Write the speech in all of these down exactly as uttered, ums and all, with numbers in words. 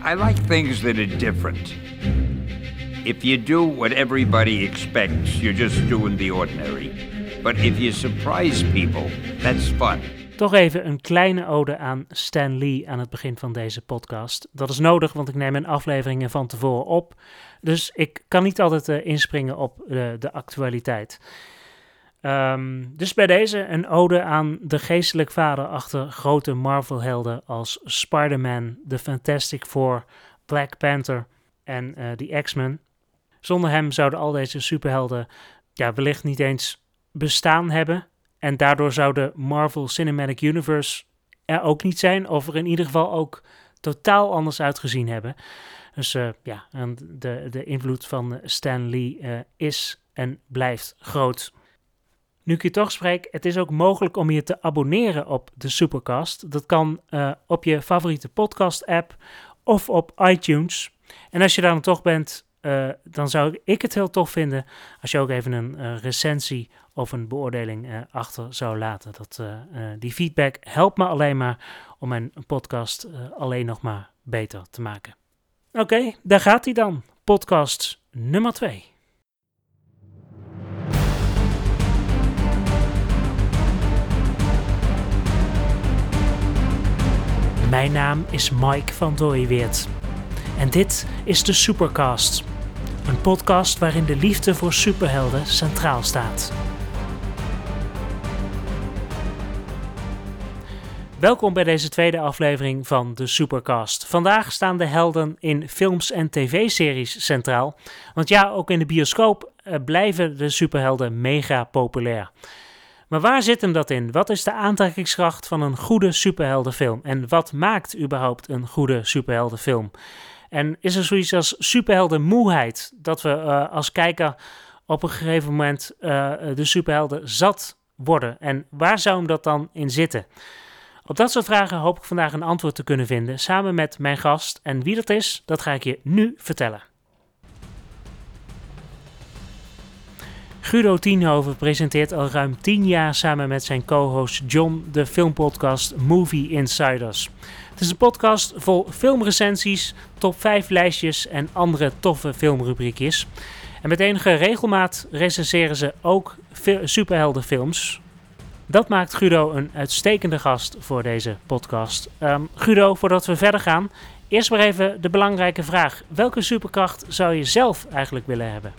I like things that are different. If you do what everybody expects, you're just doing the ordinary. But if you surprise people, that's fun. Toch even een kleine ode aan Stan Lee aan het begin van deze podcast. Dat is nodig, want ik neem mijn afleveringen van tevoren op. Dus ik kan niet altijd uh, inspringen op uh, de actualiteit. Um, dus bij deze een ode aan de geestelijk vader achter grote Marvel-helden als Spider-Man, The Fantastic Four, Black Panther en uh, de X-Men. Zonder hem zouden al deze superhelden ja, wellicht niet eens bestaan hebben. En daardoor zou de Marvel Cinematic Universe er ook niet zijn, of er in ieder geval ook totaal anders uitgezien hebben. Dus uh, ja, de, de invloed van Stan Lee uh, is en blijft groot. Nu ik je toch spreek, het is ook mogelijk om je te abonneren op de Supercast. Dat kan uh, op je favoriete podcast-app of op iTunes. En als je daar dan toch bent, uh, dan zou ik het heel tof vinden als je ook even een uh, recensie of een beoordeling uh, achter zou laten. Dat, uh, uh, die feedback helpt me alleen maar om mijn podcast uh, alleen nog maar beter te maken. Oké, okay, daar gaat hij dan. Podcast nummer twee. Mijn naam is Mike van Dooyeweert en dit is de Supercast, een podcast waarin de liefde voor superhelden centraal staat. Welkom bij deze tweede aflevering van de Supercast. Vandaag staan de helden in films en tv-series centraal, want ja, ook in de bioscoop uh, blijven de superhelden mega populair. Maar waar zit hem dat in? Wat is de aantrekkingskracht van een goede superheldenfilm? En wat maakt überhaupt een goede superheldenfilm? En is er zoiets als superheldenmoeheid? Dat we uh, als kijker op een gegeven moment uh, de superhelden zat worden? En waar zou hem dat dan in zitten? Op dat soort vragen hoop ik vandaag een antwoord te kunnen vinden samen met mijn gast. En wie dat is, dat ga ik je nu vertellen. Guido Tienhoven presenteert al ruim tien jaar samen met zijn co-host John de filmpodcast Movie Insiders. Het is een podcast vol filmrecensies, top vijf lijstjes en andere toffe filmrubriekjes. En met enige regelmaat recenseren ze ook superheldenfilms. Dat maakt Guido een uitstekende gast voor deze podcast. Um, Guido, voordat we verder gaan, eerst maar even de belangrijke vraag. Welke superkracht zou je zelf eigenlijk willen hebben?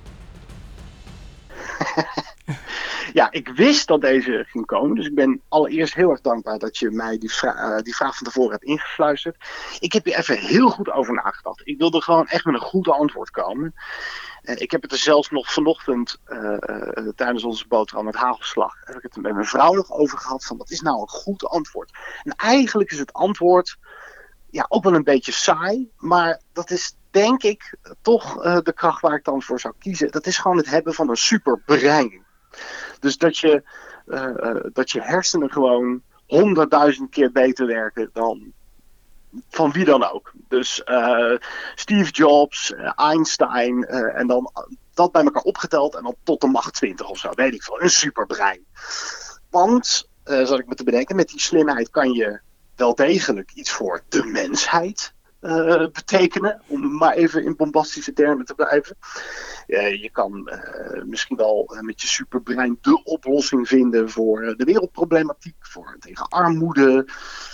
Ja, ik wist dat deze ging komen, dus ik ben allereerst heel erg dankbaar dat je mij die, vra- uh, die vraag van tevoren hebt ingefluisterd. Ik heb hier even heel goed over nagedacht. Ik wilde gewoon echt met een goed antwoord komen. Uh, ik heb het er zelfs nog vanochtend uh, uh, tijdens onze boterham met hagelslag, heb ik het er met mijn vrouw nog over gehad van wat is nou een goed antwoord. En eigenlijk is het antwoord ja, ook wel een beetje saai, maar dat is denk ik toch uh, de kracht waar ik dan voor zou kiezen. Dat is gewoon het hebben van een superbrein. Dus dat je, uh, uh, dat je hersenen gewoon honderdduizend keer beter werken dan van wie dan ook. Dus uh, Steve Jobs, uh, Einstein uh, en dan dat bij elkaar opgeteld en dan tot de macht twintig of zo, weet ik veel. Een superbrein. Want, uh, zal ik me te bedenken, met die slimheid kan je wel degelijk iets voor de mensheid Uh, betekenen, om maar even in bombastische termen te blijven. Uh, je kan uh, misschien wel uh, met je superbrein de oplossing vinden voor uh, de wereldproblematiek, voor tegen armoede,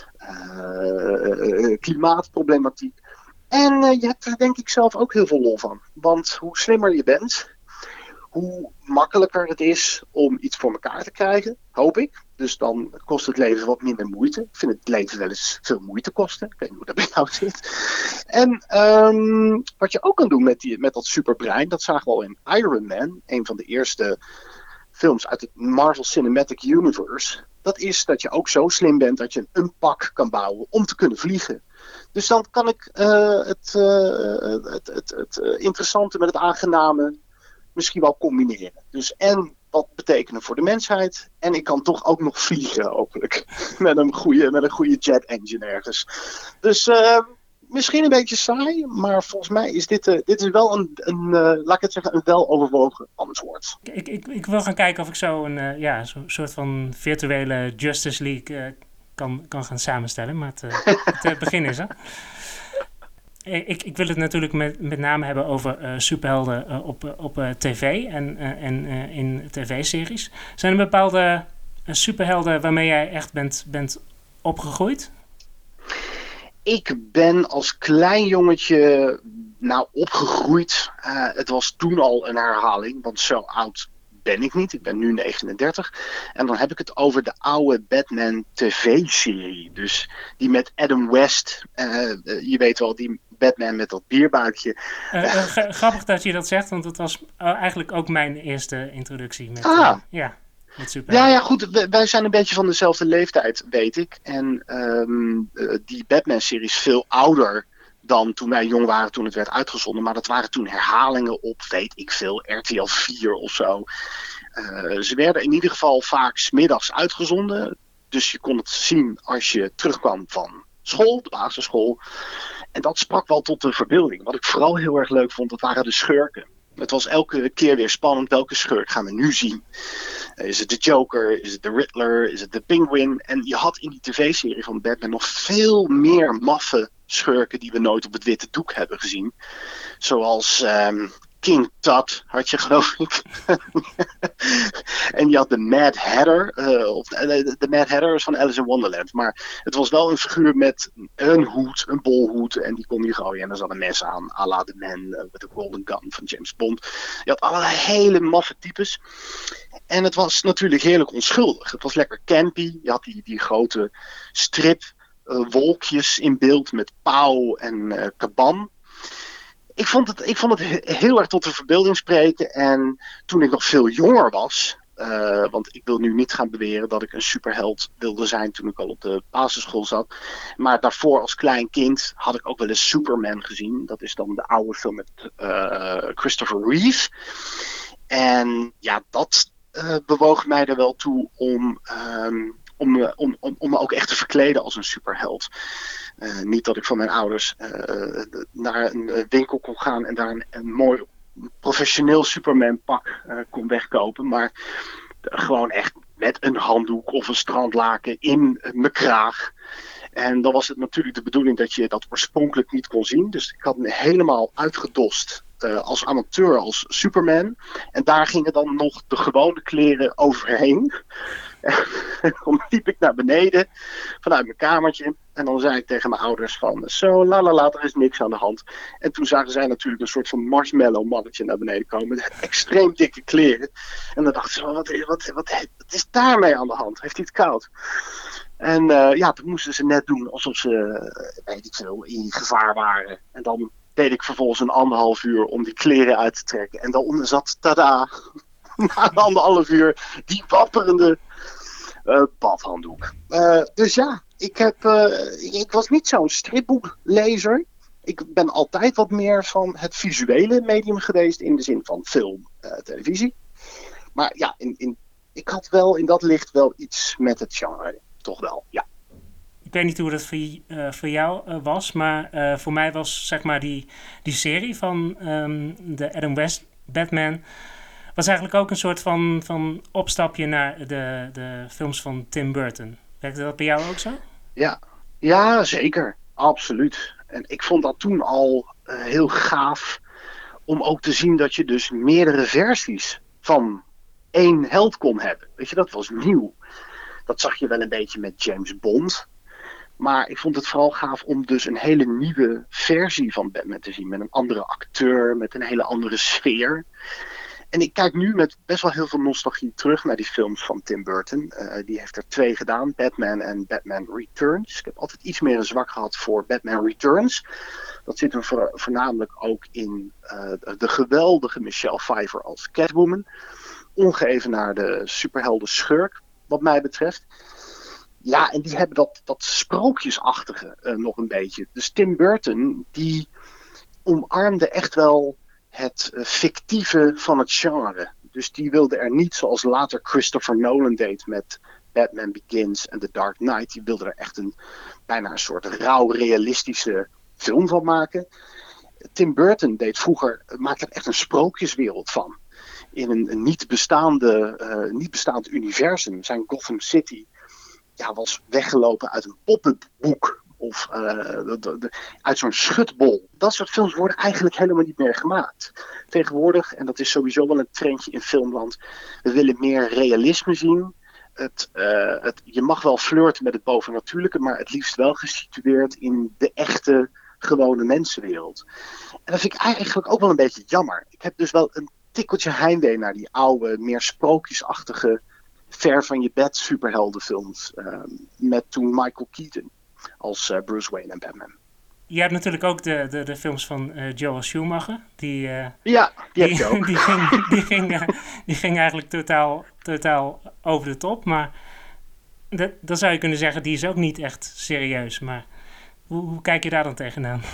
uh, uh, klimaatproblematiek. En uh, je hebt er denk ik zelf ook heel veel lol van. Want hoe slimmer je bent, hoe makkelijker het is om iets voor elkaar te krijgen, hoop ik. Dus dan kost het leven wat minder moeite. Ik vind het leven wel eens veel moeite kosten. Ik weet niet hoe dat bij jou zit. En um, wat je ook kan doen met, die, met dat superbrein, dat zagen we al in Iron Man, een van de eerste films uit het Marvel Cinematic Universe. Dat is dat je ook zo slim bent dat je een pak kan bouwen om te kunnen vliegen. Dus dan kan ik uh, het, uh, het, het, het uh, interessante met het aangename misschien wel combineren. Dus en wat betekenen voor de mensheid. En ik kan toch ook nog vliegen, hopelijk. Met een goede, met een goede jet engine ergens. Dus uh, misschien een beetje saai. Maar volgens mij is dit, uh, dit is wel een, een uh, laat ik het zeggen, een weloverwogen antwoord. Ik, ik, ik wil gaan kijken of ik zo een uh, ja, zo, soort van virtuele Justice League uh, kan, kan gaan samenstellen. Maar het, uh, het uh, begin is er. ik, ik wil het natuurlijk met, met name hebben over uh, superhelden uh, op, uh, op uh, tv en, uh, en uh, in tv-series. Zijn er bepaalde uh, superhelden waarmee jij echt bent, bent opgegroeid? Ik ben als klein jongetje nou opgegroeid. Uh, het was toen al een herhaling, want zo oud ben ik niet. Ik ben nu negenendertig. En dan heb ik het over de oude Batman tv-serie. Dus die met Adam West. Uh, uh, je weet wel, die Batman met dat bierbuikje. Uh, uh, g- grappig dat je dat zegt, want dat was uh, eigenlijk ook mijn eerste introductie. Met, ah. uh, ja, met superhelden. Ja, ja, goed. Wij zijn een beetje van dezelfde leeftijd, weet ik. En um, uh, die Batman-serie is veel ouder dan toen wij jong waren, toen het werd uitgezonden. Maar dat waren toen herhalingen op, weet ik veel, R T L vier of zo. Uh, ze werden in ieder geval vaak 's middags uitgezonden. Dus je kon het zien als je terugkwam van school, de basisschool. En dat sprak wel tot de verbeelding. Wat ik vooral heel erg leuk vond, dat waren de schurken. Het was elke keer weer spannend. Welke schurk gaan we nu zien? Uh, is het de Joker? Is het de Riddler? Is het de Penguin? En je had in die tv-serie van Batman nog veel meer maffe schurken die we nooit op het witte doek hebben gezien. Zoals um, King Tut had je, geloof ik. En je had de Mad Hatter. Uh, of, de, de Mad Hatter is van Alice in Wonderland. Maar het was wel een figuur met een hoed, een bolhoed. En die kon je gooien. En er zat een mes aan, à la The Man uh, with a Golden Gun van James Bond. Je had allerlei hele maffe types. En het was natuurlijk heerlijk onschuldig. Het was lekker campy. Je had die, die grote strip. Uh, wolkjes in beeld met Pauw en uh, Kaban. Ik vond, het, ik vond het heel erg tot de verbeelding spreken. En toen ik nog veel jonger was, uh, want ik wil nu niet gaan beweren dat ik een superheld wilde zijn toen ik al op de basisschool zat. Maar daarvoor als klein kind had ik ook wel eens Superman gezien. Dat is dan de oude film met uh, Christopher Reeve. En ja, dat uh, bewoog mij er wel toe om... Um, Om, om, om, om me ook echt te verkleden als een superheld. Uh, niet dat ik van mijn ouders uh, naar een winkel kon gaan en daar een, een mooi professioneel Superman pak uh, kon wegkopen. Maar gewoon echt met een handdoek of een strandlaken in mijn kraag. En dan was het natuurlijk de bedoeling dat je dat oorspronkelijk niet kon zien. Dus ik had me helemaal uitgedost uh, als amateur, als Superman. En daar gingen dan nog de gewone kleren overheen. En dan liep ik naar beneden vanuit mijn kamertje. En dan zei ik tegen mijn ouders van zo, la la la, er is niks aan de hand. En toen zagen zij natuurlijk een soort van marshmallow mannetje naar beneden komen. Met extreem dikke kleren. En dan dachten ze, wat, wat, wat, wat, wat is daarmee aan de hand? Heeft hij het koud? En uh, ja, toen moesten ze net doen alsof ze, uh, weet ik veel, in gevaar waren. En dan deed ik vervolgens een anderhalf uur om die kleren uit te trekken. En daaronder zat, tada, na een anderhalf uur, die wapperende uh, badhanddoek. Uh, dus ja, ik, heb, uh, ik, ik was niet zo'n stripboeklezer. Ik ben altijd wat meer van het visuele medium geweest in de zin van film, uh, televisie. Maar ja, in, in, ik had wel in dat licht wel iets met het genre. Toch wel, ja. Ik weet niet hoe dat voor, uh, voor jou uh, was, maar uh, voor mij was zeg maar die, die serie van um, de Adam West Batman was eigenlijk ook een soort van, van opstapje naar de, de films van Tim Burton. Werkte dat bij jou ook zo? Ja, ja zeker. Absoluut. En ik vond dat toen al uh, heel gaaf om ook te zien dat je dus meerdere versies van één held kon hebben. Weet je, dat was nieuw. Dat zag je wel een beetje met James Bond. Maar ik vond het vooral gaaf om dus een hele nieuwe versie van Batman te zien. Met een andere acteur, met een hele andere sfeer. En ik kijk nu met best wel heel veel nostalgie terug naar die films van Tim Burton. Uh, die heeft er twee gedaan, Batman en Batman Returns. Ik heb altijd iets meer een zwak gehad voor Batman Returns. Dat zit er voor, voornamelijk ook in uh, de geweldige Michelle Pfeiffer als Catwoman. Ongeëvenaarde superhelden schurk, wat mij betreft. Ja, en die hebben dat, dat sprookjesachtige uh, nog een beetje. Dus Tim Burton, die omarmde echt wel het uh, fictieve van het genre. Dus die wilde er niet, zoals later Christopher Nolan deed met Batman Begins en The Dark Knight. Die wilde er echt een bijna een soort rauw realistische film van maken. Tim Burton deed vroeger, maakte er echt een sprookjeswereld van. In een, een niet, bestaande, uh, niet bestaand universum. Zijn Gotham City ja, was weggelopen uit een poppenboek of uh, de, de, de, uit zo'n schutbol. Dat soort films worden eigenlijk helemaal niet meer gemaakt. Tegenwoordig, en dat is sowieso wel een trendje in filmland, we willen meer realisme zien. Het, uh, het, je mag wel flirten met het bovennatuurlijke, maar het liefst wel gesitueerd in de echte, gewone mensenwereld. En dat vind ik eigenlijk ook wel een beetje jammer. Ik heb dus wel een tikkeltje heimwee naar die oude, meer sprookjesachtige, ver van je bed superheldenfilms. Uh, met toen Michael Keaton als uh, Bruce Wayne en Batman. Je hebt natuurlijk ook de, de, de films van uh, Joel Schumacher. Die, uh, ja, die, die, heb je ook. die, ging, die, ging, uh, die ging eigenlijk totaal, totaal over de top. Maar dat, dan zou je kunnen zeggen, die is ook niet echt serieus. Maar hoe, hoe kijk je daar dan tegenaan?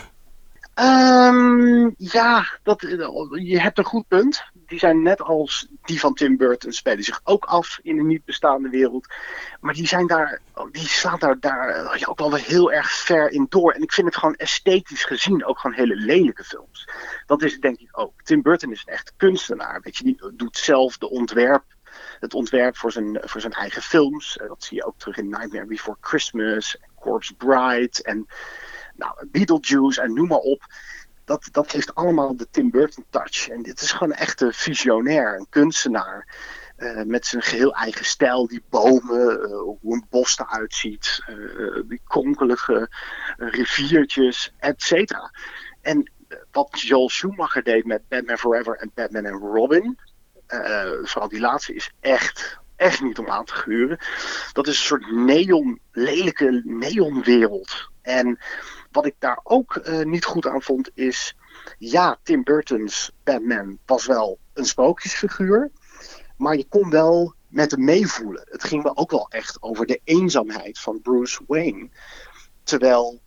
Um, ja, dat, je hebt een goed punt. Die zijn net als die van Tim Burton, spelen zich ook af in een niet bestaande wereld. Maar die zijn daar, die slaan daar, daar ja, ook wel weer heel erg ver in door. En ik vind het gewoon esthetisch gezien ook gewoon hele lelijke films. Dat is denk ik ook. Tim Burton is een echte kunstenaar. Weet je, die doet zelf de ontwerp. Het ontwerp voor zijn, voor zijn eigen films. Dat zie je ook terug in Nightmare Before Christmas, Corpse Bride en nou, Beetlejuice en noem maar op. Dat, dat heeft allemaal de Tim Burton touch. En dit is gewoon een echte visionair, een kunstenaar. Uh, met zijn geheel eigen stijl, die bomen, uh, hoe een bos eruit ziet, uh, die kronkelige uh, riviertjes, et cetera. En uh, wat Joel Schumacher deed met Batman Forever en Batman en Robin, uh, vooral die laatste, is echt, echt niet om aan te gluren. Dat is een soort neon, lelijke neonwereld. En wat ik daar ook uh, niet goed aan vond is, ja, Tim Burton's Batman was wel een sprookjesfiguur, maar je kon wel met hem meevoelen. Het ging wel ook wel echt over de eenzaamheid van Bruce Wayne. Terwijl,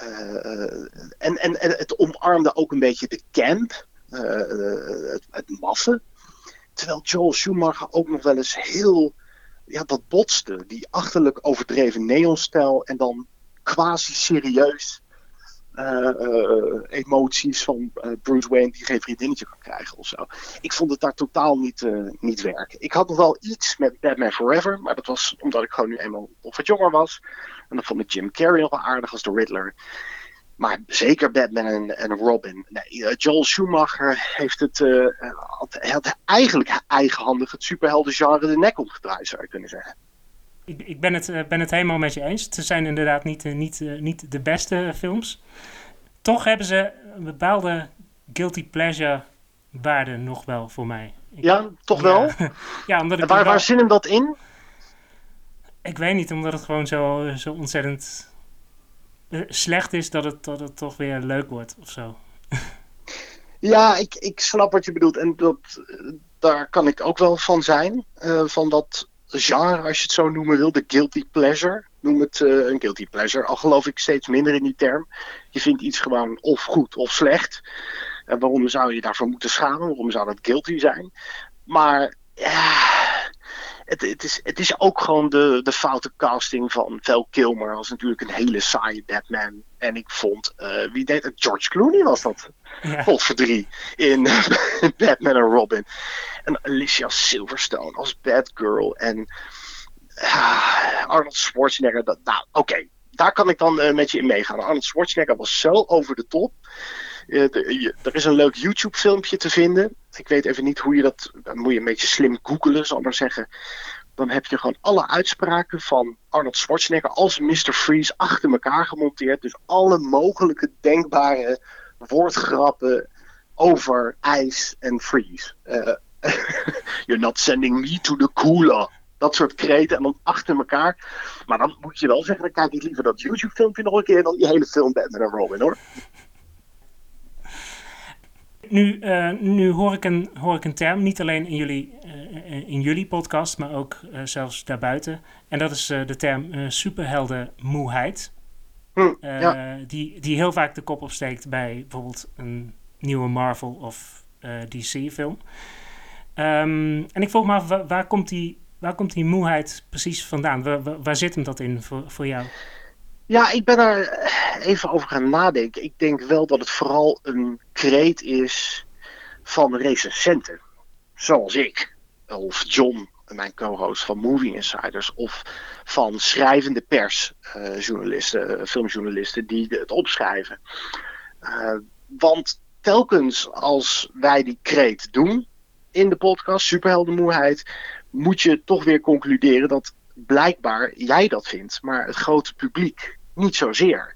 uh, en, en, en het omarmde ook een beetje de camp, uh, het, het maffe. Terwijl Joel Schumacher ook nog wel eens heel, ja, dat botste. Die achterlijk overdreven neonstijl en dan quasi serieus Uh, uh, emoties van uh, Bruce Wayne die geen vriendinnetje kan krijgen of zo. Ik vond het daar totaal niet, uh, niet werken. Ik had nog wel iets met Batman Forever, maar dat was omdat ik gewoon nu eenmaal nog wat jonger was. En dan vond ik Jim Carrey nog wel aardig als de Riddler. Maar zeker Batman en, en Robin. Nee, uh, Joel Schumacher heeft het, uh, had, had eigenlijk eigenhandig het superheldengenre de nek omgedraaid, zou je kunnen zeggen. Ik, ik ben, het, uh, ben het helemaal met je eens. Het zijn inderdaad niet, uh, niet, uh, niet de beste films. Toch hebben ze een bepaalde guilty pleasure waarde nog wel voor mij. Ik, ja, toch ja. wel? Ja, omdat ik waar, wel, waar zit hem dat in? Ik weet niet, omdat het gewoon zo, zo ontzettend uh, slecht is dat het, dat het toch weer leuk wordt of zo. Ja, ik, ik snap wat je bedoelt. En dat, daar kan ik ook wel van zijn. Uh, van dat genre, als je het zo noemen wil, de guilty pleasure. Noem het uh, een guilty pleasure, al geloof ik steeds minder in die term. Je vindt iets gewoon of goed of slecht. En waarom zou je daarvoor moeten schamen? Waarom zou dat guilty zijn? Maar ja, het, het, is, het is ook gewoon de, de foute casting van Val Kilmer als natuurlijk een hele saaie Batman. En ik vond, uh, wie deed het? George Clooney was dat. Ja. Godverdrie in Batman en Robin. En Alicia Silverstone als Batgirl. En uh, Arnold Schwarzenegger. Dat, nou, oké. Okay. Daar kan ik dan uh, met je in meegaan. Arnold Schwarzenegger was zo over de top. Uh, de, je, er is een leuk YouTube filmpje te vinden. Ik weet even niet hoe je dat... Dan moet je een beetje slim googelen, zal ik maar zeggen. Dan heb je gewoon alle uitspraken van Arnold Schwarzenegger als mister Freeze achter elkaar gemonteerd. Dus alle mogelijke denkbare woordgrappen over ijs en Freeze. Uh, You're not sending me to the cooler. Dat soort kreten en dan achter elkaar. Maar dan moet je wel zeggen, dan kijk ik liever dat YouTube filmpje nog een keer dan die hele film Batman en Robin, hoor. Nu, uh, nu hoor, ik een, hoor ik een term, niet alleen in jullie, uh, in jullie podcast, maar ook uh, zelfs daarbuiten. En dat is uh, de term uh, superheldenmoeheid. Hm, uh, ja. die, die heel vaak de kop opsteekt bij bijvoorbeeld een nieuwe Marvel of uh, D C film. Um, en ik vroeg me af, waar, waar, komt die, waar komt die moeheid precies vandaan? Waar, waar, waar zit hem dat in voor, voor jou? Ja, ik ben er even over gaan nadenken. Ik denk wel dat het vooral een kreet is van recensenten. Zoals ik. Of John mijn co-host van Movie Insiders of van schrijvende persjournalisten, uh, filmjournalisten die het opschrijven. Uh, want telkens als wij die kreet doen in de podcast, superheldenmoeheid, moet je toch weer concluderen dat blijkbaar jij dat vindt, maar het grote publiek niet zozeer.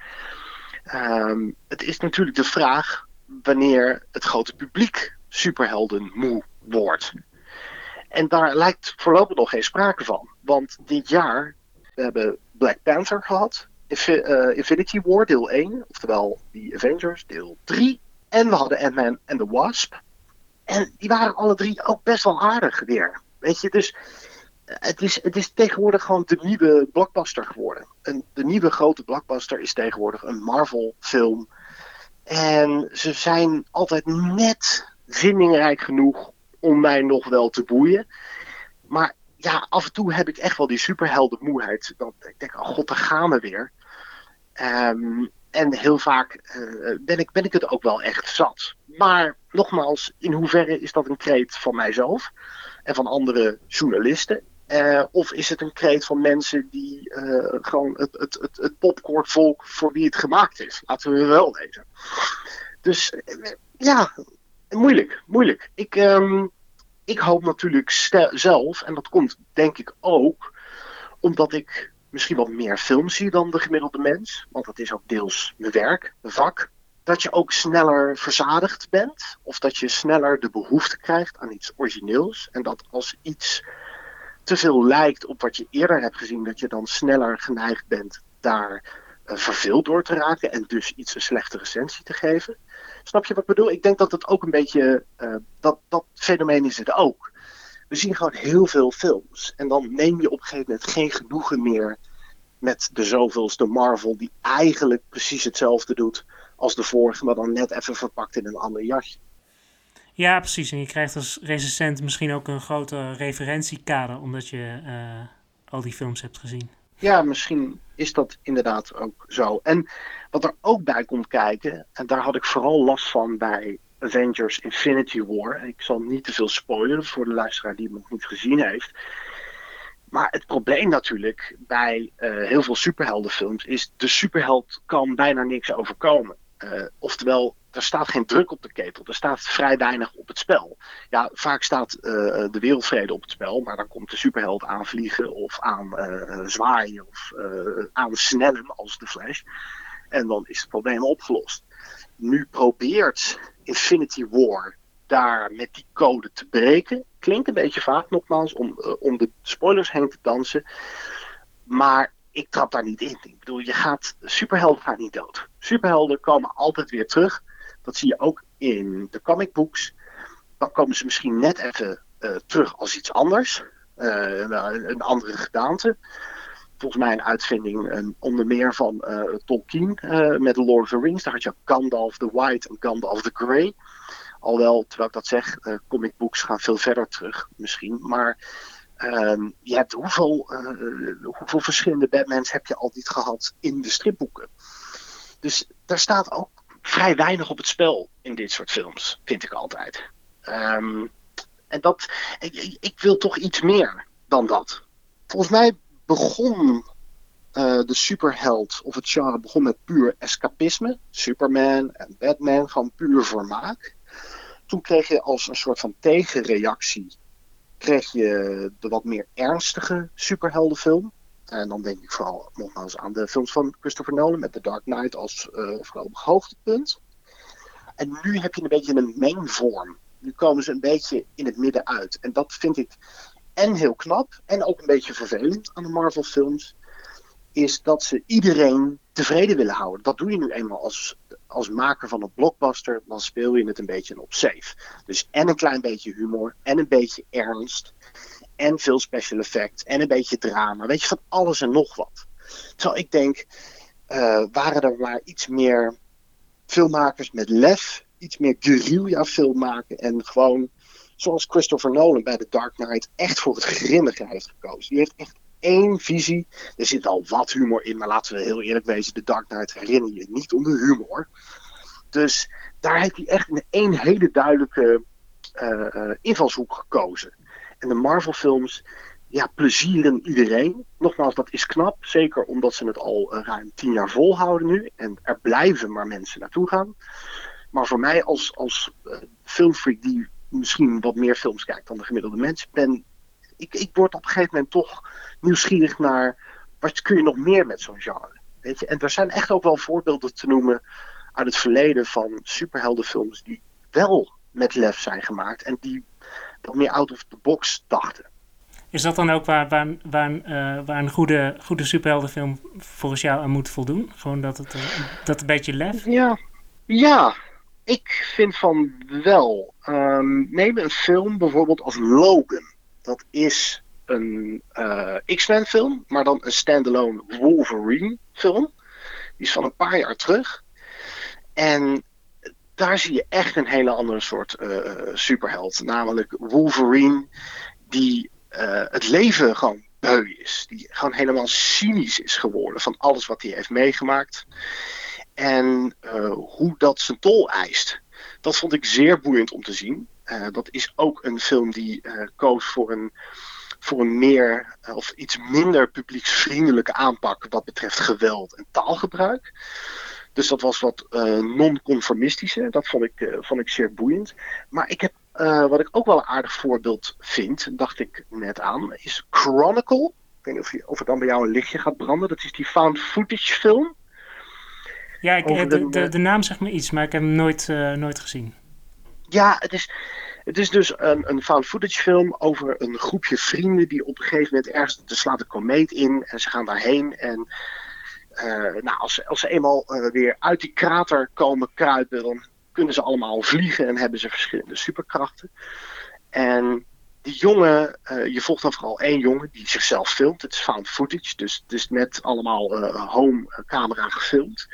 Um, het is natuurlijk de vraag wanneer het grote publiek superheldenmoe wordt. En daar lijkt voorlopig nog geen sprake van. Want dit jaar, we hebben Black Panther gehad, Infi- uh, Infinity War deel één, oftewel The Avengers deel drie. En we hadden Ant-Man and the Wasp. En die waren alle drie ook best wel aardig weer. Weet je, dus het is, het is tegenwoordig gewoon de nieuwe blockbuster geworden. En de nieuwe grote blockbuster is tegenwoordig een Marvel film. En ze zijn altijd net vindingrijk genoeg om mij nog wel te boeien. Maar ja, af en toe heb ik echt wel die superheldenmoeheid. Dat ik denk, oh god, daar gaan we weer. Um, en heel vaak uh, ben, ik, ben ik het ook wel echt zat. Maar nogmaals, in hoeverre is dat een kreet van mijzelf en van andere journalisten? Uh, of is het een kreet van mensen die uh, gewoon het, het, het, het popcornvolk voor wie het gemaakt is? Laten we wel weten. Dus uh, ja, moeilijk, moeilijk. Ik, um, ik hoop natuurlijk stel, zelf, en dat komt denk ik ook, omdat ik misschien wat meer film zie dan de gemiddelde mens. Want dat is ook deels mijn werk, mijn vak. Dat je ook sneller verzadigd bent. Of dat je sneller de behoefte krijgt aan iets origineels. En dat als iets te veel lijkt op wat je eerder hebt gezien, dat je dan sneller geneigd bent daar uh, verveeld door te raken en dus iets een slechte recensie te geven. Snap je wat ik bedoel? Ik denk dat het ook een beetje, uh, dat, dat fenomeen is het ook. We zien gewoon heel veel films en dan neem je op een gegeven moment geen genoegen meer met de zoveelste Marvel die eigenlijk precies hetzelfde doet als de vorige, maar dan net even verpakt in een ander jasje. Ja, precies. En je krijgt als recensent misschien ook een grote referentiekader, omdat je uh, al die films hebt gezien. Ja, misschien is dat inderdaad ook zo. En wat er ook bij komt kijken, en daar had ik vooral last van bij Avengers Infinity War. Ik zal niet te veel spoileren voor de luisteraar die het nog niet gezien heeft. Maar het probleem natuurlijk bij uh, heel veel superheldenfilms is, de superheld kan bijna niks overkomen. Uh, oftewel, er staat geen druk op de ketel. Er staat vrij weinig op het spel. Ja, vaak staat uh, de wereldvrede op het spel, maar dan komt de superheld aanvliegen of aan uh, zwaaien of uh, aansnellen als de Flash. En dan is het probleem opgelost. Nu probeert Infinity War daar met die code te breken. Klinkt een beetje vaak nogmaals om, uh, om de spoilers heen te dansen. Maar ik trap daar niet in. Ik bedoel, je gaat, superhelden gaan niet dood. Superhelden komen altijd weer terug. Dat zie je ook in de comicbooks. Dan komen ze misschien net even uh, terug als iets anders. Uh, een, een andere gedaante. Volgens mij een uitvinding een, onder meer van uh, Tolkien uh, met The Lord of the Rings. Daar had je Gandalf the White en Gandalf the Grey. Alhoewel, terwijl ik dat zeg, uh, comicbooks gaan veel verder terug misschien. Maar uh, je hebt hoeveel, uh, hoeveel verschillende Batmans heb je al niet gehad in de stripboeken. Dus daar staat ook vrij weinig op het spel in dit soort films, vind ik altijd. Um, en dat, ik, ik wil toch iets meer dan dat. Volgens mij begon uh, de superheld, of het genre begon met puur escapisme. Superman en Batman, gewoon puur vermaak. Toen kreeg je als een soort van tegenreactie, kreeg je de wat meer ernstige superheldenfilm. En dan denk ik vooral nogmaals aan de films van Christopher Nolan met The Dark Knight als uh, voorlopig hoogtepunt. En nu heb je een beetje een mengvorm. Nu komen ze een beetje in het midden uit. En dat vind ik en heel knap en ook een beetje vervelend aan de Marvel films. Is dat ze iedereen tevreden willen houden. Dat doe je nu eenmaal als, als maker van een blockbuster. Dan speel je het een beetje op safe. Dus en een klein beetje humor en een beetje ernst. En veel special effects en een beetje drama. Weet je, van alles en nog wat. Terwijl ik denk, uh, waren er maar iets meer filmmakers met lef. Iets meer guerrilla film maken. En gewoon, zoals Christopher Nolan bij The Dark Knight, echt voor het grimmige heeft gekozen. Die heeft echt één visie. Er zit al wat humor in, maar laten we heel eerlijk wezen. The Dark Knight herinner je niet om de humor. Dus daar heeft hij echt een één hele duidelijke uh, uh, invalshoek gekozen. En de Marvel-films, ja, plezieren iedereen. Nogmaals, dat is knap. Zeker omdat ze het al uh, ruim tien jaar volhouden nu. En er blijven maar mensen naartoe gaan. Maar voor mij als, als uh, filmfreak die misschien wat meer films kijkt dan de gemiddelde mens, ben ik, ik word op een gegeven moment toch nieuwsgierig naar wat kun je nog meer met zo'n genre. Weet je? En er zijn echt ook wel voorbeelden te noemen uit het verleden van superheldenfilms die wel met lef zijn gemaakt en die wat meer out of the box dachten. Is dat dan ook waar, waar, waar, uh, waar een goede, goede superheldenfilm volgens jou aan moet voldoen? Gewoon dat het uh, dat een beetje lef? Ja, ja, ik vind van wel. Um, neem een film bijvoorbeeld als Logan. Dat is een uh, X-Men film, maar dan een standalone Wolverine film. Die is van een paar jaar terug. En daar zie je echt een hele andere soort uh, superheld. Namelijk Wolverine die uh, het leven gewoon beu is. Die gewoon helemaal cynisch is geworden van alles wat hij heeft meegemaakt. En uh, hoe dat zijn tol eist. Dat vond ik zeer boeiend om te zien. Uh, dat is ook een film die uh, koos voor een, voor een meer uh, of iets minder publieksvriendelijke aanpak wat betreft geweld en taalgebruik. Dus dat was wat uh, non-conformistische. Dat vond ik, uh, vond ik zeer boeiend. Maar ik heb, uh, wat ik ook wel een aardig voorbeeld vind, dacht ik net aan, is Chronicle. Ik weet niet of, je, of er dan bij jou een lichtje gaat branden. Dat is die found footage film. Ja, ik, de, de, de, de naam zegt me iets, maar ik heb hem nooit, uh, nooit gezien. Ja, het is, het is dus een, een found footage film over een groepje vrienden die op een gegeven moment ergens, er slaat een komeet in en ze gaan daarheen. En uh, nou, als, als ze eenmaal uh, weer uit die krater komen kruipen, dan kunnen ze allemaal vliegen en hebben ze verschillende superkrachten. En die jongen, uh, je volgt dan vooral één jongen die zichzelf filmt. Het is found footage, dus het is net allemaal uh, home camera gefilmd.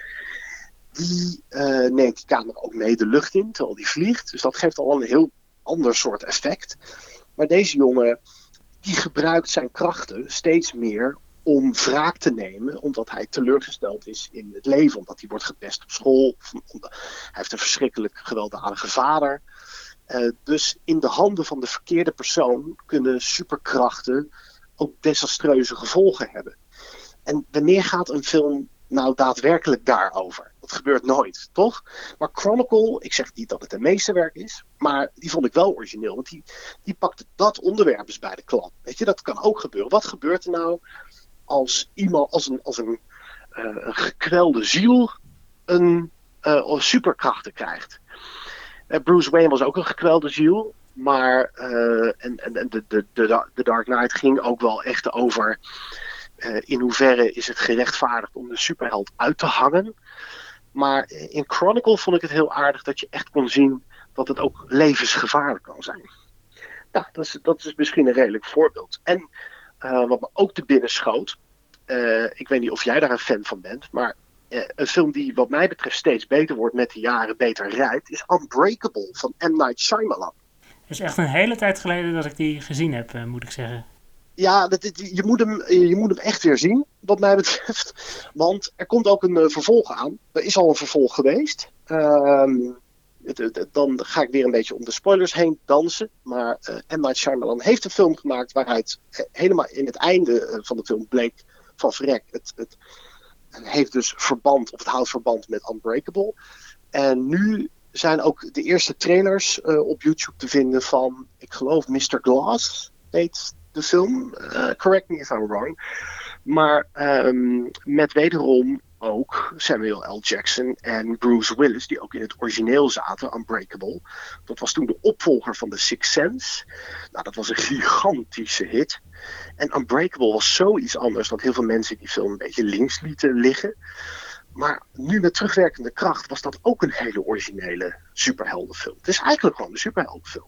Die uh, neemt die camera ook mee de lucht in, terwijl die vliegt. Dus dat geeft al een heel ander soort effect. Maar deze jongen, die gebruikt zijn krachten steeds meer om wraak te nemen, omdat hij teleurgesteld is in het leven. Omdat hij wordt gepest op school. Hij heeft een verschrikkelijk gewelddadige vader. Uh, dus in de handen van de verkeerde persoon kunnen superkrachten ook desastreuze gevolgen hebben. En wanneer gaat een film nou daadwerkelijk daarover? Dat gebeurt nooit, toch? Maar Chronicle, ik zeg niet dat het een meesterwerk is, maar die vond ik wel origineel. Want die, die pakte dat onderwerp eens bij de klap. Weet je, dat kan ook gebeuren. Wat gebeurt er nou als iemand, als een, als een, uh, een gekwelde ziel een uh, superkrachten krijgt? Uh, Bruce Wayne was ook een gekwelde ziel. Maar uh, en, en, en de, de, de, de Dark Knight ging ook wel echt over Uh, in hoeverre is het gerechtvaardigd om de superheld uit te hangen. Maar in Chronicle vond ik het heel aardig dat je echt kon zien dat het ook levensgevaarlijk kan zijn. Nou, dat is, dat is misschien een redelijk voorbeeld. En uh, wat me ook te binnen schoot, uh, ik weet niet of jij daar een fan van bent, maar uh, een film die wat mij betreft steeds beter wordt met de jaren beter rijdt, is Unbreakable van M. Night Shyamalan. Het is echt een hele tijd geleden dat ik die gezien heb, uh, moet ik zeggen. Ja, dat, je, moet hem, je moet hem echt weer zien, wat mij betreft. Want er komt ook een uh, vervolg aan. Er is al een vervolg geweest. Uh, het, het, dan ga ik weer een beetje om de spoilers heen dansen. Maar uh, M. Night Shyamalan heeft een film gemaakt waaruit uh, helemaal in het einde uh, van de film bleek van verrek. Het, het, het heeft dus verband, of het houdt verband met Unbreakable. En nu zijn ook de eerste trailers uh, op YouTube te vinden van, ik geloof, mister Glass heet de film, uh, correct me if I'm wrong. Maar um, met wederom ook Samuel L. Jackson en Bruce Willis, die ook in het origineel zaten, Unbreakable. Dat was toen de opvolger van The Sixth Sense. Nou, dat was een gigantische hit. En Unbreakable was zoiets anders dat heel veel mensen die film een beetje links lieten liggen. Maar nu met terugwerkende kracht was dat ook een hele originele superheldenfilm. Het is eigenlijk gewoon een superheldenfilm.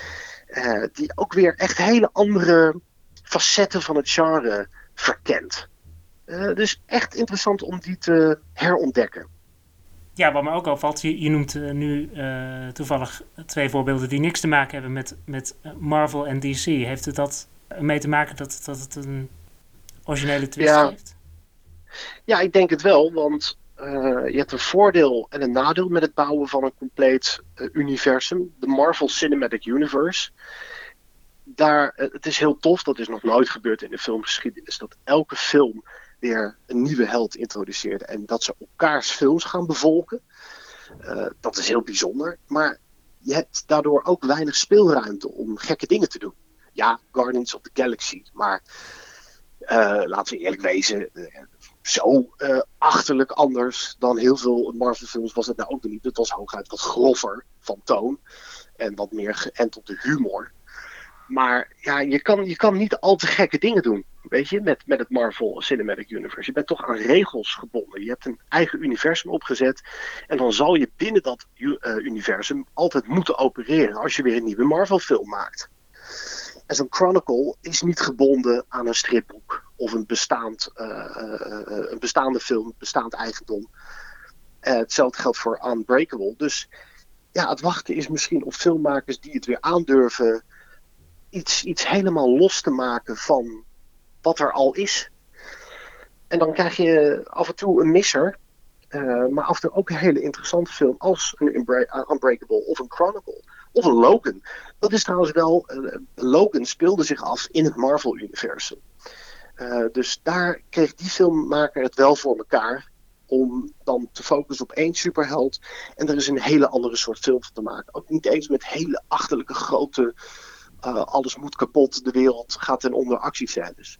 Uh, die ook weer echt hele andere facetten van het genre verkent. Uh, dus echt interessant om die te herontdekken. Ja, wat me ook opvalt, je, je noemt uh, nu uh, toevallig twee voorbeelden die niks te maken hebben met, met Marvel en D C. Heeft het dat mee te maken dat, dat het een originele twist ja. heeft? Ja, ik denk het wel, want uh, je hebt een voordeel en een nadeel met het bouwen van een compleet uh, universum. De Marvel Cinematic Universe daar, het is heel tof, dat is nog nooit gebeurd in de filmgeschiedenis, dat elke film weer een nieuwe held introduceert en dat ze elkaars films gaan bevolken. Uh, dat is heel bijzonder, maar je hebt daardoor ook weinig speelruimte om gekke dingen te doen. Ja, Guardians of the Galaxy, maar uh, laten we eerlijk wezen, uh, zo uh, achterlijk anders dan heel veel Marvel films was het nou ook niet. Het was hooguit wat grover van toon en wat meer geënt op de humor. Maar ja, je kan, je kan niet al te gekke dingen doen, weet je, met, met het Marvel Cinematic Universe. Je bent toch aan regels gebonden. Je hebt een eigen universum opgezet en dan zal je binnen dat uh, universum altijd moeten opereren als je weer een nieuwe Marvel film maakt. En zo'n Chronicle is niet gebonden aan een stripboek of een, bestaand, uh, uh, uh, een bestaande film, bestaand eigendom. Uh, hetzelfde geldt voor Unbreakable. Dus ja, het wachten is misschien op filmmakers die het weer aandurven Iets, iets helemaal los te maken van wat er al is. En dan krijg je af en toe een misser. Uh, maar af en toe ook een hele interessante film als een Unbra- Unbreakable of een Chronicle. Of een Logan. Dat is trouwens wel... Uh, Logan speelde zich af in het Marvel-universum. Uh, dus daar kreeg die filmmaker het wel voor elkaar om dan te focussen op één superheld. En er is een hele andere soort film te maken. Ook niet eens met hele achterlijke grote... Uh, alles moet kapot, de wereld gaat ten onder actiescènes.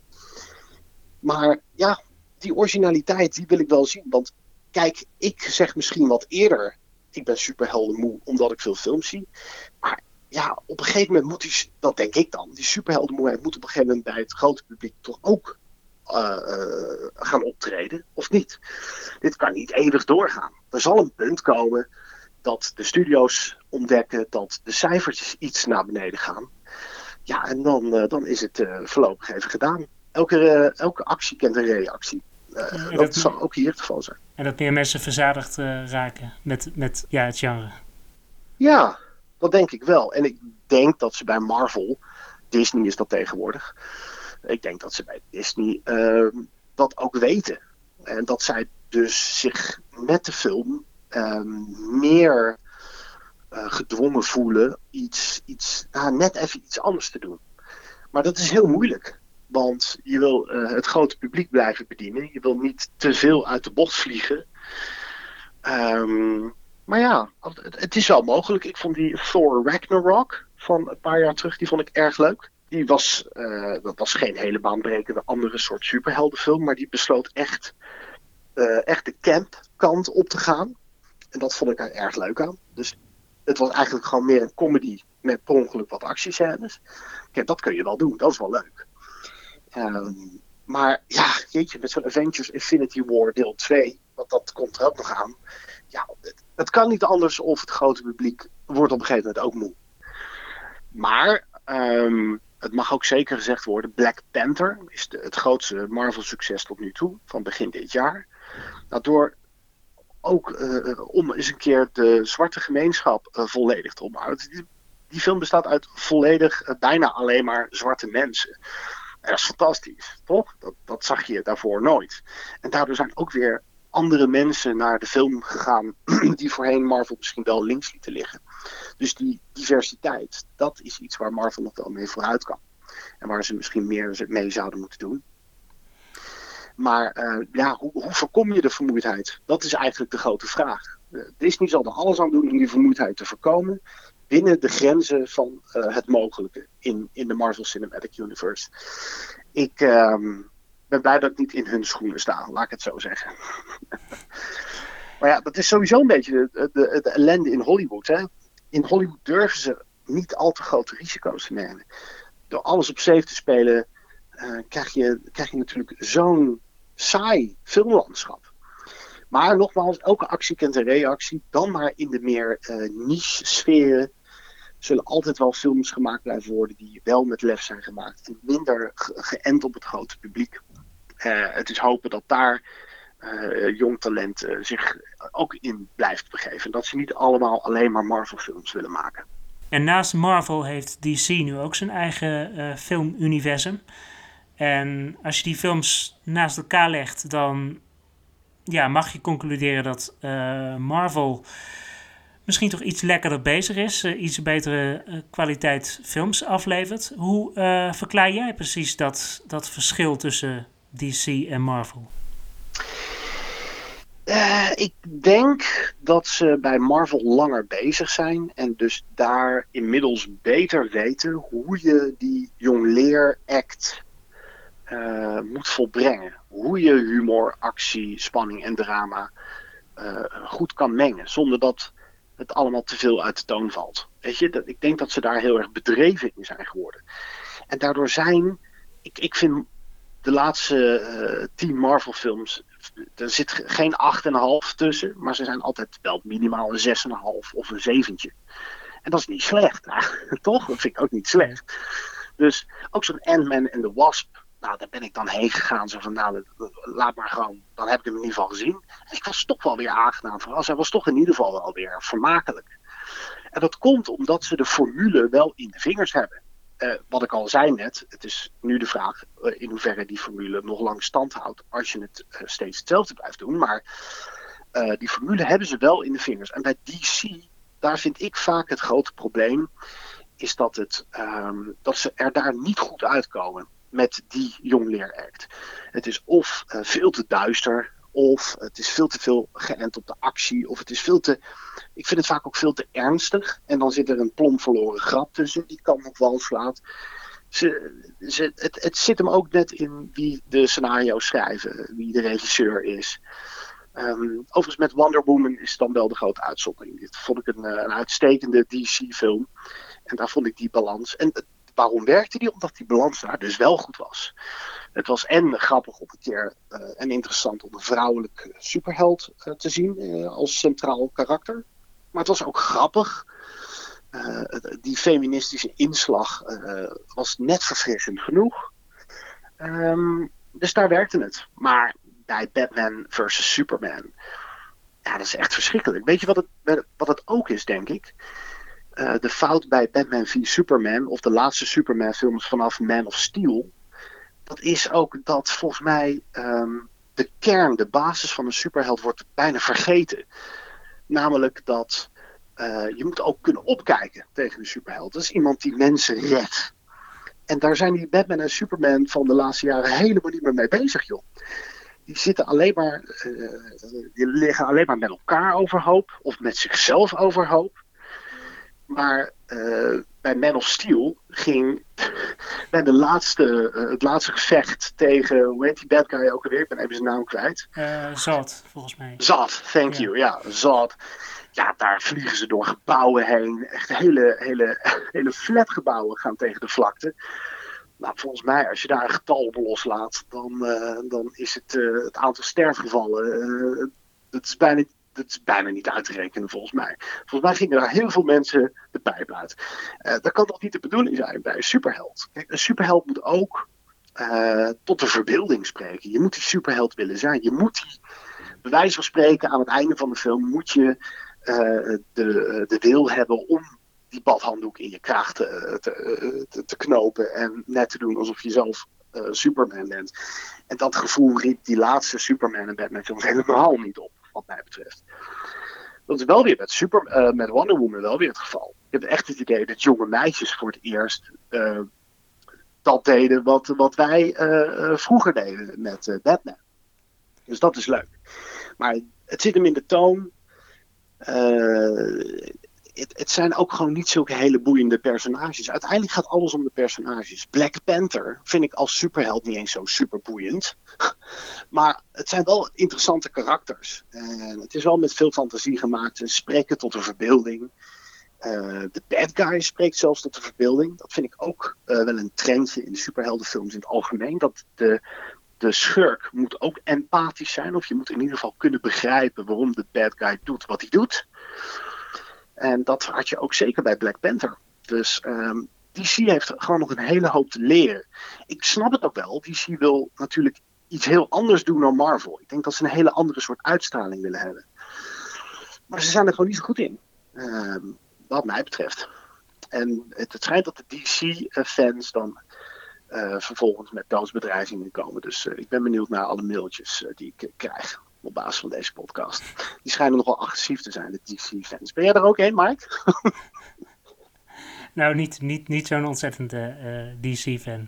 Maar ja, die originaliteit, die wil ik wel zien. Want kijk, ik zeg misschien wat eerder, ik ben superheldenmoe omdat ik veel films zie. Maar ja, op een gegeven moment moet die, dat denk ik dan, die superheldenmoeheid moet op een gegeven moment bij het grote publiek toch ook uh, uh, gaan optreden, of niet? Dit kan niet eeuwig doorgaan. Er zal een punt komen dat de studio's ontdekken dat de cijfertjes iets naar beneden gaan. Ja, en dan, uh, dan is het uh, voorlopig even gedaan. Elke, uh, elke actie kent een reactie. Uh, ja, dat, dat zal ook hier het geval zijn. En dat meer mensen verzadigd uh, raken met, met ja, het genre. Ja, dat denk ik wel. En ik denk dat ze bij Marvel, Disney is dat tegenwoordig, ik denk dat ze bij Disney uh, dat ook weten. En dat zij dus zich met de film uh, meer... Uh, gedwongen voelen iets, iets nou, net even iets anders te doen. Maar dat is heel moeilijk. Want je wil uh, het grote publiek blijven bedienen. Je wil niet te veel uit de bocht vliegen. Um, maar ja, het, het is wel mogelijk. Ik vond die Thor Ragnarok van een paar jaar terug, die vond ik erg leuk. Die was, uh, dat was geen hele baanbrekende andere soort superheldenfilm. Maar die besloot echt, uh, echt de camp kant op te gaan. En dat vond ik er erg leuk aan. Dus het was eigenlijk gewoon meer een comedy met per ongeluk wat actiescènes. Kijk, dat kun je wel doen, dat is wel leuk. Um, maar ja, jeetje, met zo'n Avengers Infinity War deel twee, want dat komt er ook nog aan. Ja, het, het kan niet anders of het grote publiek wordt op een gegeven moment ook moe. Maar um, het mag ook zeker gezegd worden, Black Panther is de, het grootste Marvel succes tot nu toe, van begin dit jaar. Nou, door ook uh, om eens een keer de zwarte gemeenschap uh, volledig te omarmen. Die, die film bestaat uit volledig uh, bijna alleen maar zwarte mensen. En dat is fantastisch, toch? Dat, dat zag je daarvoor nooit. En daardoor zijn ook weer andere mensen naar de film gegaan die voorheen Marvel misschien wel links lieten liggen. Dus die diversiteit, dat is iets waar Marvel nog wel mee vooruit kan. En waar ze misschien meer mee zouden moeten doen. Maar uh, ja, hoe, hoe voorkom je de vermoeidheid? Dat is eigenlijk de grote vraag. Uh, Disney zal er alles aan doen om die vermoeidheid te voorkomen binnen de grenzen van uh, het mogelijke in, in de Marvel Cinematic Universe. Ik uh, ben blij dat ik niet in hun schoenen sta, laat ik het zo zeggen. Maar ja, dat is sowieso een beetje de, de, de ellende in Hollywood. Hè? In Hollywood durven ze niet al te grote risico's te nemen. Door alles op safe te spelen uh, krijg, je, krijg je natuurlijk zo'n saai filmlandschap. Maar nogmaals, elke actie kent een reactie. Dan maar in de meer uh, niche sferen zullen altijd wel films gemaakt blijven worden die wel met lef zijn gemaakt. En minder ge- geënt op het grote publiek. Uh, het is hopen dat daar uh, jong talent uh, zich ook in blijft begeven. Dat ze niet allemaal alleen maar Marvel films willen maken. En naast Marvel heeft D C nu ook zijn eigen uh, filmuniversum. En als je die films naast elkaar legt, dan ja, mag je concluderen dat uh, Marvel misschien toch iets lekkerder bezig is, uh, iets betere uh, kwaliteit films aflevert. Hoe uh, verklaar jij precies dat, dat verschil tussen D C en Marvel? Uh, ik denk dat ze bij Marvel langer bezig zijn en dus daar inmiddels beter weten hoe je die jongleer-act uh, moet volbrengen. Hoe je humor, actie, spanning en drama uh, goed kan mengen, zonder dat het allemaal te veel uit de toon valt. Weet je, dat, ik denk dat ze daar heel erg bedreven in zijn geworden. En daardoor zijn, ik, ik vind de laatste uh, tien Marvel films, er zit geen acht komma vijf tussen, maar ze zijn altijd wel minimaal een zes komma vijf of een zeventje. En dat is niet slecht, toch? Dat vind ik ook niet slecht. Dus ook zo'n Ant-Man en the Wasp, nou, daar ben ik dan heen gegaan. Zo van, nou, laat maar gewoon, dan heb ik hem in ieder geval gezien. En ik was toch wel weer aangenaam verrast. Hij was toch in ieder geval wel weer vermakelijk. En dat komt omdat ze de formule wel in de vingers hebben. Uh, wat ik al zei net, het is nu de vraag uh, in hoeverre die formule nog lang stand houdt als je het uh, steeds hetzelfde blijft doen. Maar uh, die formule hebben ze wel in de vingers. En bij D C, daar vind ik vaak het grote probleem, is dat, het, um, dat ze er daar niet goed uitkomen met die jongleer-act. Het is of uh, veel te duister, of het is veel te veel geënt op de actie, of het is veel te... Ik vind het vaak ook veel te ernstig. En dan zit er een plomp verloren grap tussen, die kan nog wal slaat. Ze, ze, het, het zit hem ook net in wie de scenario's schrijven, wie de regisseur is. Um, overigens met Wonder Woman is het dan wel de grote uitzondering. Dit vond ik een, een uitstekende D C-film. En daar vond ik die balans. En waarom werkte die? Omdat die balans daar dus wel goed was. Het was en grappig op een keer uh, en interessant om een vrouwelijk superheld uh, te zien uh, als centraal karakter. Maar het was ook grappig. Uh, die feministische inslag uh, was net verfrissend genoeg. Um, dus daar werkte het. Maar bij Batman versus Superman, ja, dat is echt verschrikkelijk. Weet je wat het, wat het ook is, denk ik? Uh, de fout bij Batman v Superman, of de laatste Superman films vanaf Man of Steel, dat is ook dat volgens mij um, de kern, de basis van een superheld wordt bijna vergeten. Namelijk dat uh, je moet ook kunnen opkijken tegen een superheld. Dat is iemand die mensen redt. En daar zijn die Batman en Superman van de laatste jaren helemaal niet meer mee bezig, joh. Die zitten alleen maar, uh, die liggen alleen maar met elkaar overhoop, of met zichzelf overhoop. Maar uh, bij Man of Steel ging bij de laatste, uh, het laatste gevecht tegen, hoe heet die bad guy ook alweer? Ik ben even zijn naam kwijt. Uh, Zod, volgens mij. Zod, thank you. Ja, Zod. Ja, daar vliegen ze door gebouwen heen. Echt hele, hele, hele flatgebouwen gaan tegen de vlakte. Nou, volgens mij, als je daar een getal op loslaat, dan, uh, dan is het, uh, het aantal sterfgevallen, uh, dat is bijna... Dat is bijna niet uit te rekenen, volgens mij. Volgens mij gingen daar heel veel mensen de pijp uit. Uh, dat kan toch niet de bedoeling zijn bij een superheld? Kijk, een superheld moet ook uh, tot de verbeelding spreken. Je moet die superheld willen zijn. Je moet die, bij wijze van spreken, aan het einde van de film, moet je uh, de, de wil hebben om die badhanddoek in je kraag te, te, te, te knopen en net te doen alsof je zelf uh, Superman bent. En dat gevoel riep die laatste Superman en Batman films helemaal niet op, wat mij betreft. Dat is wel weer met, Super, uh, met Wonder Woman wel weer het geval. Ik heb echt het idee dat jonge meisjes voor het eerst uh, dat deden wat, wat wij uh, vroeger deden met uh, Batman. Dus dat is leuk. Maar het zit hem in de toon. Uh, het, het zijn ook gewoon niet zulke hele boeiende personages. Uiteindelijk gaat alles om de personages. Black Panther vind ik als superheld niet eens zo super boeiend. Maar het zijn wel interessante karakters. En het is wel met veel fantasie gemaakt. Ze spreken tot de verbeelding. Uh, de bad guy spreekt zelfs tot de verbeelding. Dat vind ik ook uh, wel een trendje in de superheldenfilms in het algemeen. Dat de, de schurk moet ook empathisch zijn. Of je moet in ieder geval kunnen begrijpen waarom de bad guy doet wat hij doet. En dat had je ook zeker bij Black Panther. Dus um, D C heeft gewoon nog een hele hoop te leren. Ik snap het ook wel. D C wil natuurlijk iets heel anders doen dan Marvel. Ik denk dat ze een hele andere soort uitstraling willen hebben. Maar ze zijn er gewoon niet zo goed in. Um, wat mij betreft. En het, het schijnt dat de D C-fans dan uh, vervolgens met doodsbedreigingen komen. Dus uh, ik ben benieuwd naar alle mailtjes uh, die ik uh, krijg. op basis van deze podcast. Die schijnen nogal agressief te zijn, de D C-fans. Ben jij er ook een, Mike? Nou, niet, niet, niet zo'n ontzettende uh, D C-fan.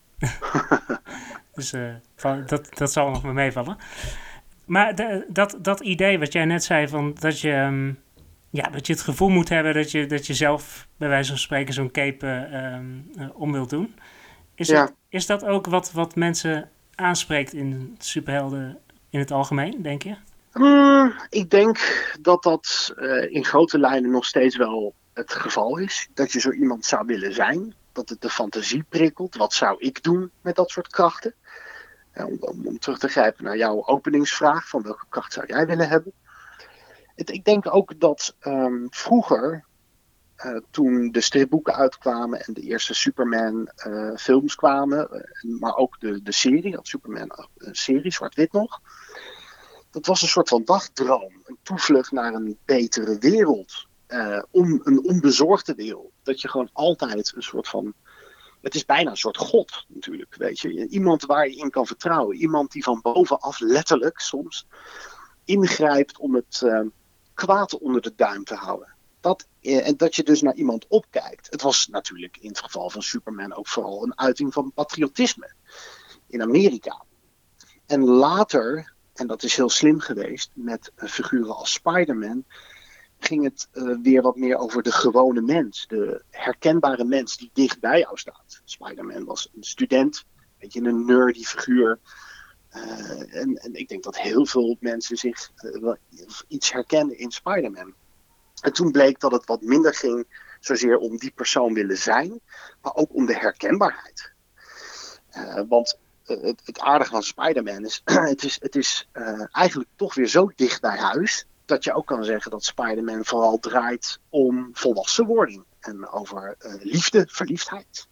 Dus uh, van, dat, dat zal nog maar meevallen. Maar de, dat, dat idee wat jij net zei, van dat je, um, ja, dat je het gevoel moet hebben dat je, dat je zelf, bij wijze van spreken, zo'n cape uh, um, uh, om wilt doen. Is, ja. het, is dat ook wat, wat mensen aanspreekt in superhelden in het algemeen, denk je? Hmm, ik denk dat dat uh, in grote lijnen nog steeds wel het geval is. Dat je zo iemand zou willen zijn. Dat het de fantasie prikkelt. Wat zou ik doen met dat soort krachten? Ja, om, om, om terug te grijpen naar jouw openingsvraag. Van welke kracht zou jij willen hebben? Het, ik denk ook dat um, vroeger, uh, toen de stripboeken uitkwamen en de eerste Superman uh, films kwamen. Uh, maar ook de, de serie, had Superman een serie, zwart-wit nog. Dat was een soort van dagdroom. Een toevlucht naar een betere wereld. Uh, om een onbezorgde wereld. Dat je gewoon altijd een soort van... Het is bijna een soort god natuurlijk, weet je. Iemand waar je in kan vertrouwen. Iemand die van bovenaf letterlijk soms ingrijpt om het uh, kwaad onder de duim te houden. Dat, uh, en dat je dus naar iemand opkijkt. Het was natuurlijk in het geval van Superman ook vooral een uiting van patriotisme. In Amerika. En later, en dat is heel slim geweest, met uh, figuren als Spider-Man, ging het uh, weer wat meer over de gewone mens. De herkenbare mens die dicht bij jou staat. Spider-Man was een student, een beetje een nerdy figuur. Uh, en, en ik denk dat heel veel mensen zich uh, iets herkennen in Spider-Man. En toen bleek dat het wat minder ging zozeer om die persoon willen zijn, maar ook om de herkenbaarheid. Uh, want uh, het, het aardige van Spider-Man is, het is, het is uh, eigenlijk toch weer zo dicht bij huis, dat je ook kan zeggen dat Spider-Man vooral draait om volwassenwording en over uh, liefde, verliefdheid.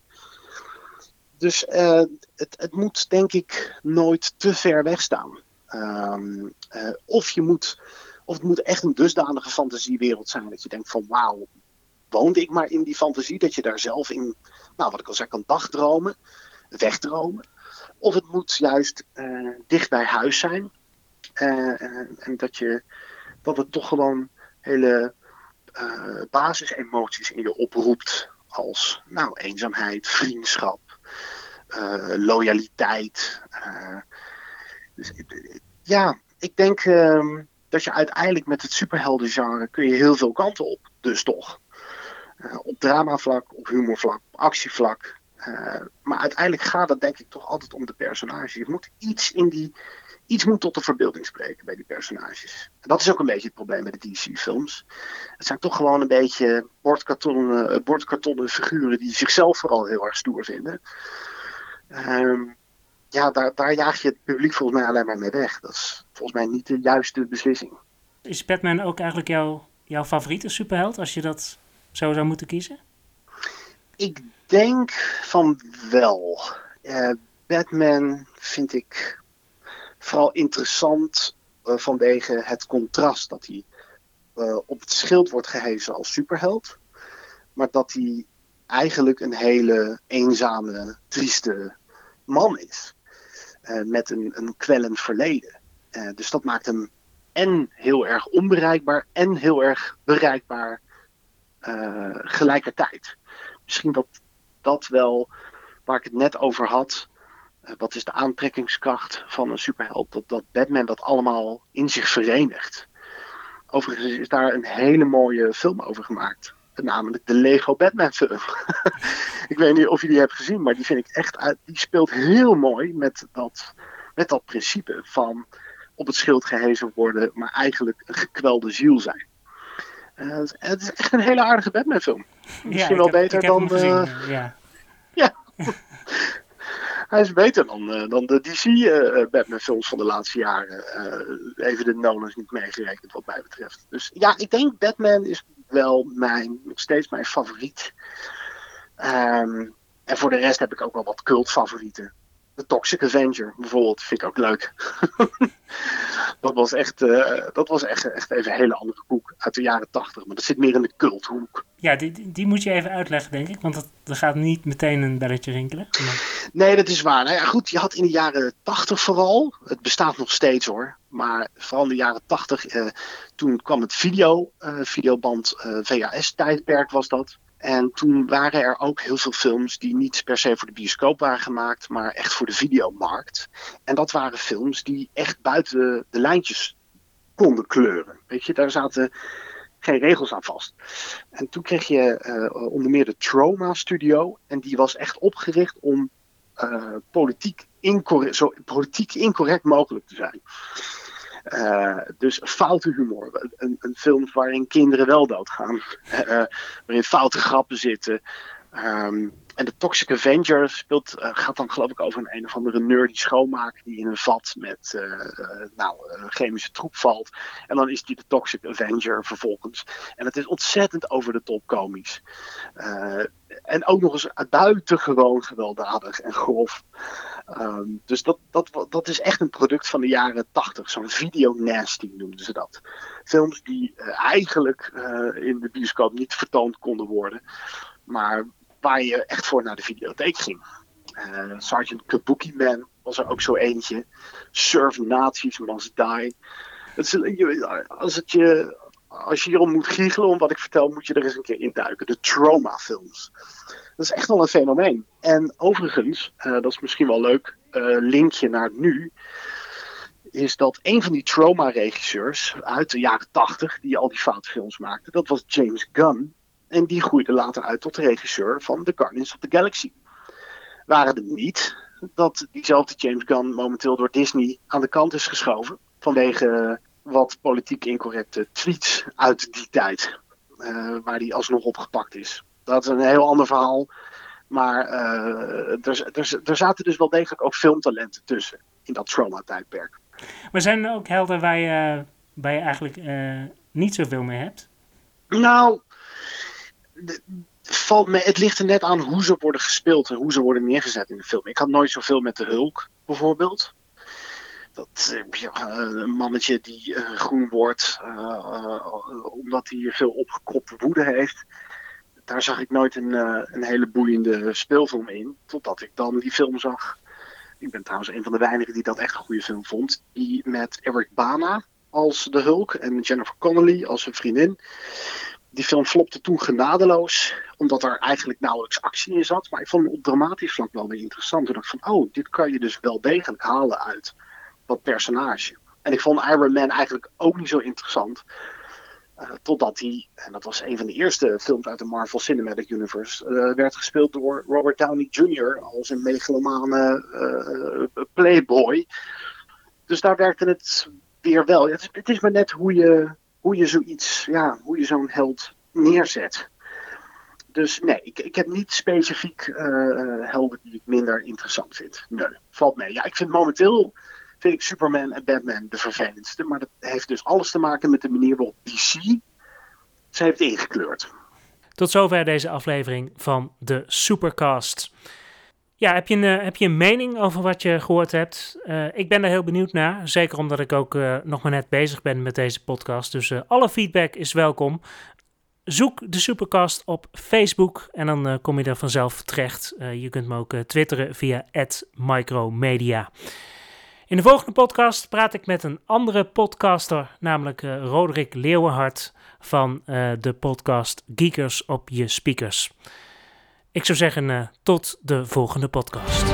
Dus uh, het, het moet denk ik nooit te ver weg staan. Um, uh, of, je moet, of het moet echt een dusdanige fantasiewereld zijn dat je denkt van wauw, woonde ik maar in die fantasie, dat je daar zelf in, nou wat ik al zei, kan dagdromen, wegdromen. Of het moet juist uh, dicht bij huis zijn uh, uh, en dat je dat het toch gewoon hele uh, basisemoties in je oproept. Als nou, eenzaamheid, vriendschap, uh, loyaliteit. Uh, dus, ja, ik denk uh, dat je uiteindelijk met het superheldengenre kun je heel veel kanten op. Dus toch. Uh, op dramavlak, op humorvlak, op actievlak. Uh, maar uiteindelijk gaat het denk ik toch altijd om de personage. Je moet iets in die... Iets moet tot de verbeelding spreken bij die personages. En dat is ook een beetje het probleem bij de D C-films. Het zijn toch gewoon een beetje bordkartonnen, bordkartonnen figuren die zichzelf vooral heel erg stoer vinden. Um, ja, daar, daar jaag je het publiek volgens mij alleen maar mee weg. Dat is volgens mij niet de juiste beslissing. Is Batman ook eigenlijk jouw, jouw favoriete superheld, als je dat zo zou moeten kiezen? Ik denk van wel. Uh, Batman vind ik vooral interessant uh, vanwege het contrast dat hij uh, op het schild wordt gehezen als superheld. Maar dat hij eigenlijk een hele eenzame, trieste man is. Uh, met een, een kwellend verleden. Uh, dus dat maakt hem en heel erg onbereikbaar en heel erg bereikbaar uh, gelijkertijd. Misschien dat dat wel, waar ik het net over had, uh, wat is de aantrekkingskracht van een superheld, dat, dat Batman dat allemaal in zich verenigt. Overigens is daar een hele mooie film over gemaakt. Namelijk de Lego Batman film. Ik weet niet of je die hebt gezien, maar die vind ik echt uit. Die speelt heel mooi met dat, met dat principe van op het schild gehezen worden, maar eigenlijk een gekwelde ziel zijn. Uh, het is echt een hele aardige Batman film. Misschien ja, wel heb, beter dan. Gezien, uh, ja. ja. Hij is beter dan, uh, dan de D C uh, Batman films van de laatste jaren. Uh, even de Nolans niet meegerekend wat mij betreft. Dus ja, ik denk Batman is wel mijn, nog steeds mijn favoriet. Um, en voor de rest heb ik ook wel wat cultfavorieten. De Toxic Avenger bijvoorbeeld, vind ik ook leuk. dat was, echt, uh, dat was echt, echt even een hele andere koek uit de jaren tachtig. Maar dat zit meer in de culthoek. Ja, die, die, die moet je even uitleggen, denk ik. Want dat, er gaat niet meteen een belletje rinkelen. Maar... Nee, dat is waar. Nou ja, goed, je had in de jaren tachtig vooral, het bestaat nog steeds hoor, Maar vooral in de jaren tachtig, uh, toen kwam het video, uh, videoband uh, V H S-tijdperk was dat. En toen waren er ook heel veel films die niet per se voor de bioscoop waren gemaakt, maar echt voor de videomarkt. En dat waren films die echt buiten de, de lijntjes konden kleuren. Weet je, daar zaten geen regels aan vast. En toen kreeg je uh, onder meer de Troma Studio. En die was echt opgericht om uh, politiek, incorrect, zo politiek incorrect mogelijk te zijn. Uh, dus foute humor. Een, een film waarin kinderen wel doodgaan. Uh, waarin foute grappen zitten. Um, en de Toxic Avenger speelt, uh, gaat dan geloof ik over een een of andere nerdy schoonmaker die in een vat met uh, uh, nou, uh, chemische troep valt. En dan is die de Toxic Avenger vervolgens. En het is ontzettend over de top komisch. Uh, en ook nog eens buitengewoon gewelddadig en grof. Um, dus dat, dat, dat is echt een product van de jaren tachtig. Zo'n video nasty noemden ze dat. Films die uh, eigenlijk uh, in de bioscoop niet vertoond konden worden. Maar waar je echt voor naar de videotheek ging. Uh, Sergeant Kabuki Man was er ook zo eentje. Serve Nazis Must Die. Het is, als, het je, als je hierom moet giechelen om wat ik vertel, moet je er eens een keer induiken. De Troma films. Dat is echt wel een fenomeen. En overigens, uh, dat is misschien wel leuk, uh, linkje naar het nu, is dat een van die Troma-regisseurs uit de jaren tachtig, die al die foute films maakte, dat was James Gunn. En die groeide later uit tot de regisseur van The Guardians of the Galaxy. Waren het niet dat diezelfde James Gunn momenteel door Disney aan de kant is geschoven. Vanwege wat politiek incorrecte tweets uit die tijd. Uh, waar die alsnog opgepakt is. Dat is een heel ander verhaal. Maar uh, er, er, er zaten dus wel degelijk ook filmtalenten tussen. In dat Troma-tijdperk. Maar zijn er ook helden waar je, waar je eigenlijk uh, niet zoveel mee hebt? Nou... De, valt me, het ligt er net aan hoe ze worden gespeeld en hoe ze worden neergezet in de film. Ik had nooit zoveel met de Hulk, bijvoorbeeld. Dat ja, een mannetje die uh, groen wordt, uh, uh, omdat hij veel opgekropte woede heeft. Daar zag ik nooit een, uh, een hele boeiende speelfilm in, totdat ik dan die film zag. Ik ben trouwens een van de weinigen die dat echt een goede film vond. Die met Eric Bana als de Hulk en Jennifer Connelly als zijn vriendin. Die film flopte toen genadeloos, omdat er eigenlijk nauwelijks actie in zat. Maar ik vond hem op dramatisch vlak wel weer interessant. Toen dacht ik van, oh, dit kan je dus wel degelijk halen uit dat personage. En ik vond Iron Man eigenlijk ook niet zo interessant. Uh, totdat hij, en dat was een van de eerste films uit de Marvel Cinematic Universe, uh, werd gespeeld door Robert Downey junior als een megalomane uh, playboy. Dus daar werkte het weer wel. Het is, het is maar net hoe je... Hoe je zoiets, ja, hoe je zo'n held neerzet. Dus nee, ik, ik heb niet specifiek uh, helden die ik minder interessant vind. Nee, valt mee. Ja, ik vind momenteel vind ik Superman en Batman de vervelendste. Maar dat heeft dus alles te maken met de manier waarop D C ze heeft ingekleurd. Tot zover deze aflevering van de Supercast. Ja, heb je, een, heb je een mening over wat je gehoord hebt? Uh, ik ben daar heel benieuwd naar. Zeker omdat ik ook uh, nog maar net bezig ben met deze podcast. Dus uh, alle feedback is welkom. Zoek de Supercast op Facebook en dan uh, kom je er vanzelf terecht. Uh, je kunt me ook uh, twitteren via at micromedia. In de volgende podcast praat ik met een andere podcaster, namelijk uh, Roderick Leeuwenhart van uh, de podcast Geekers op je speakers. Ik zou zeggen, uh, tot de volgende podcast.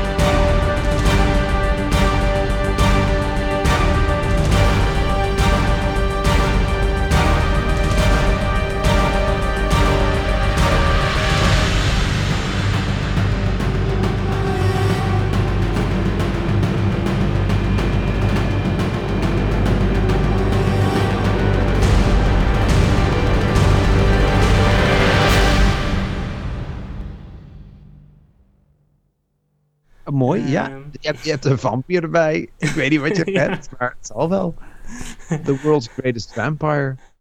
Mooi, ja. Je hebt, je hebt een vampier erbij. Ik weet niet wat je ja. hebt, maar het zal wel. The world's greatest vampire.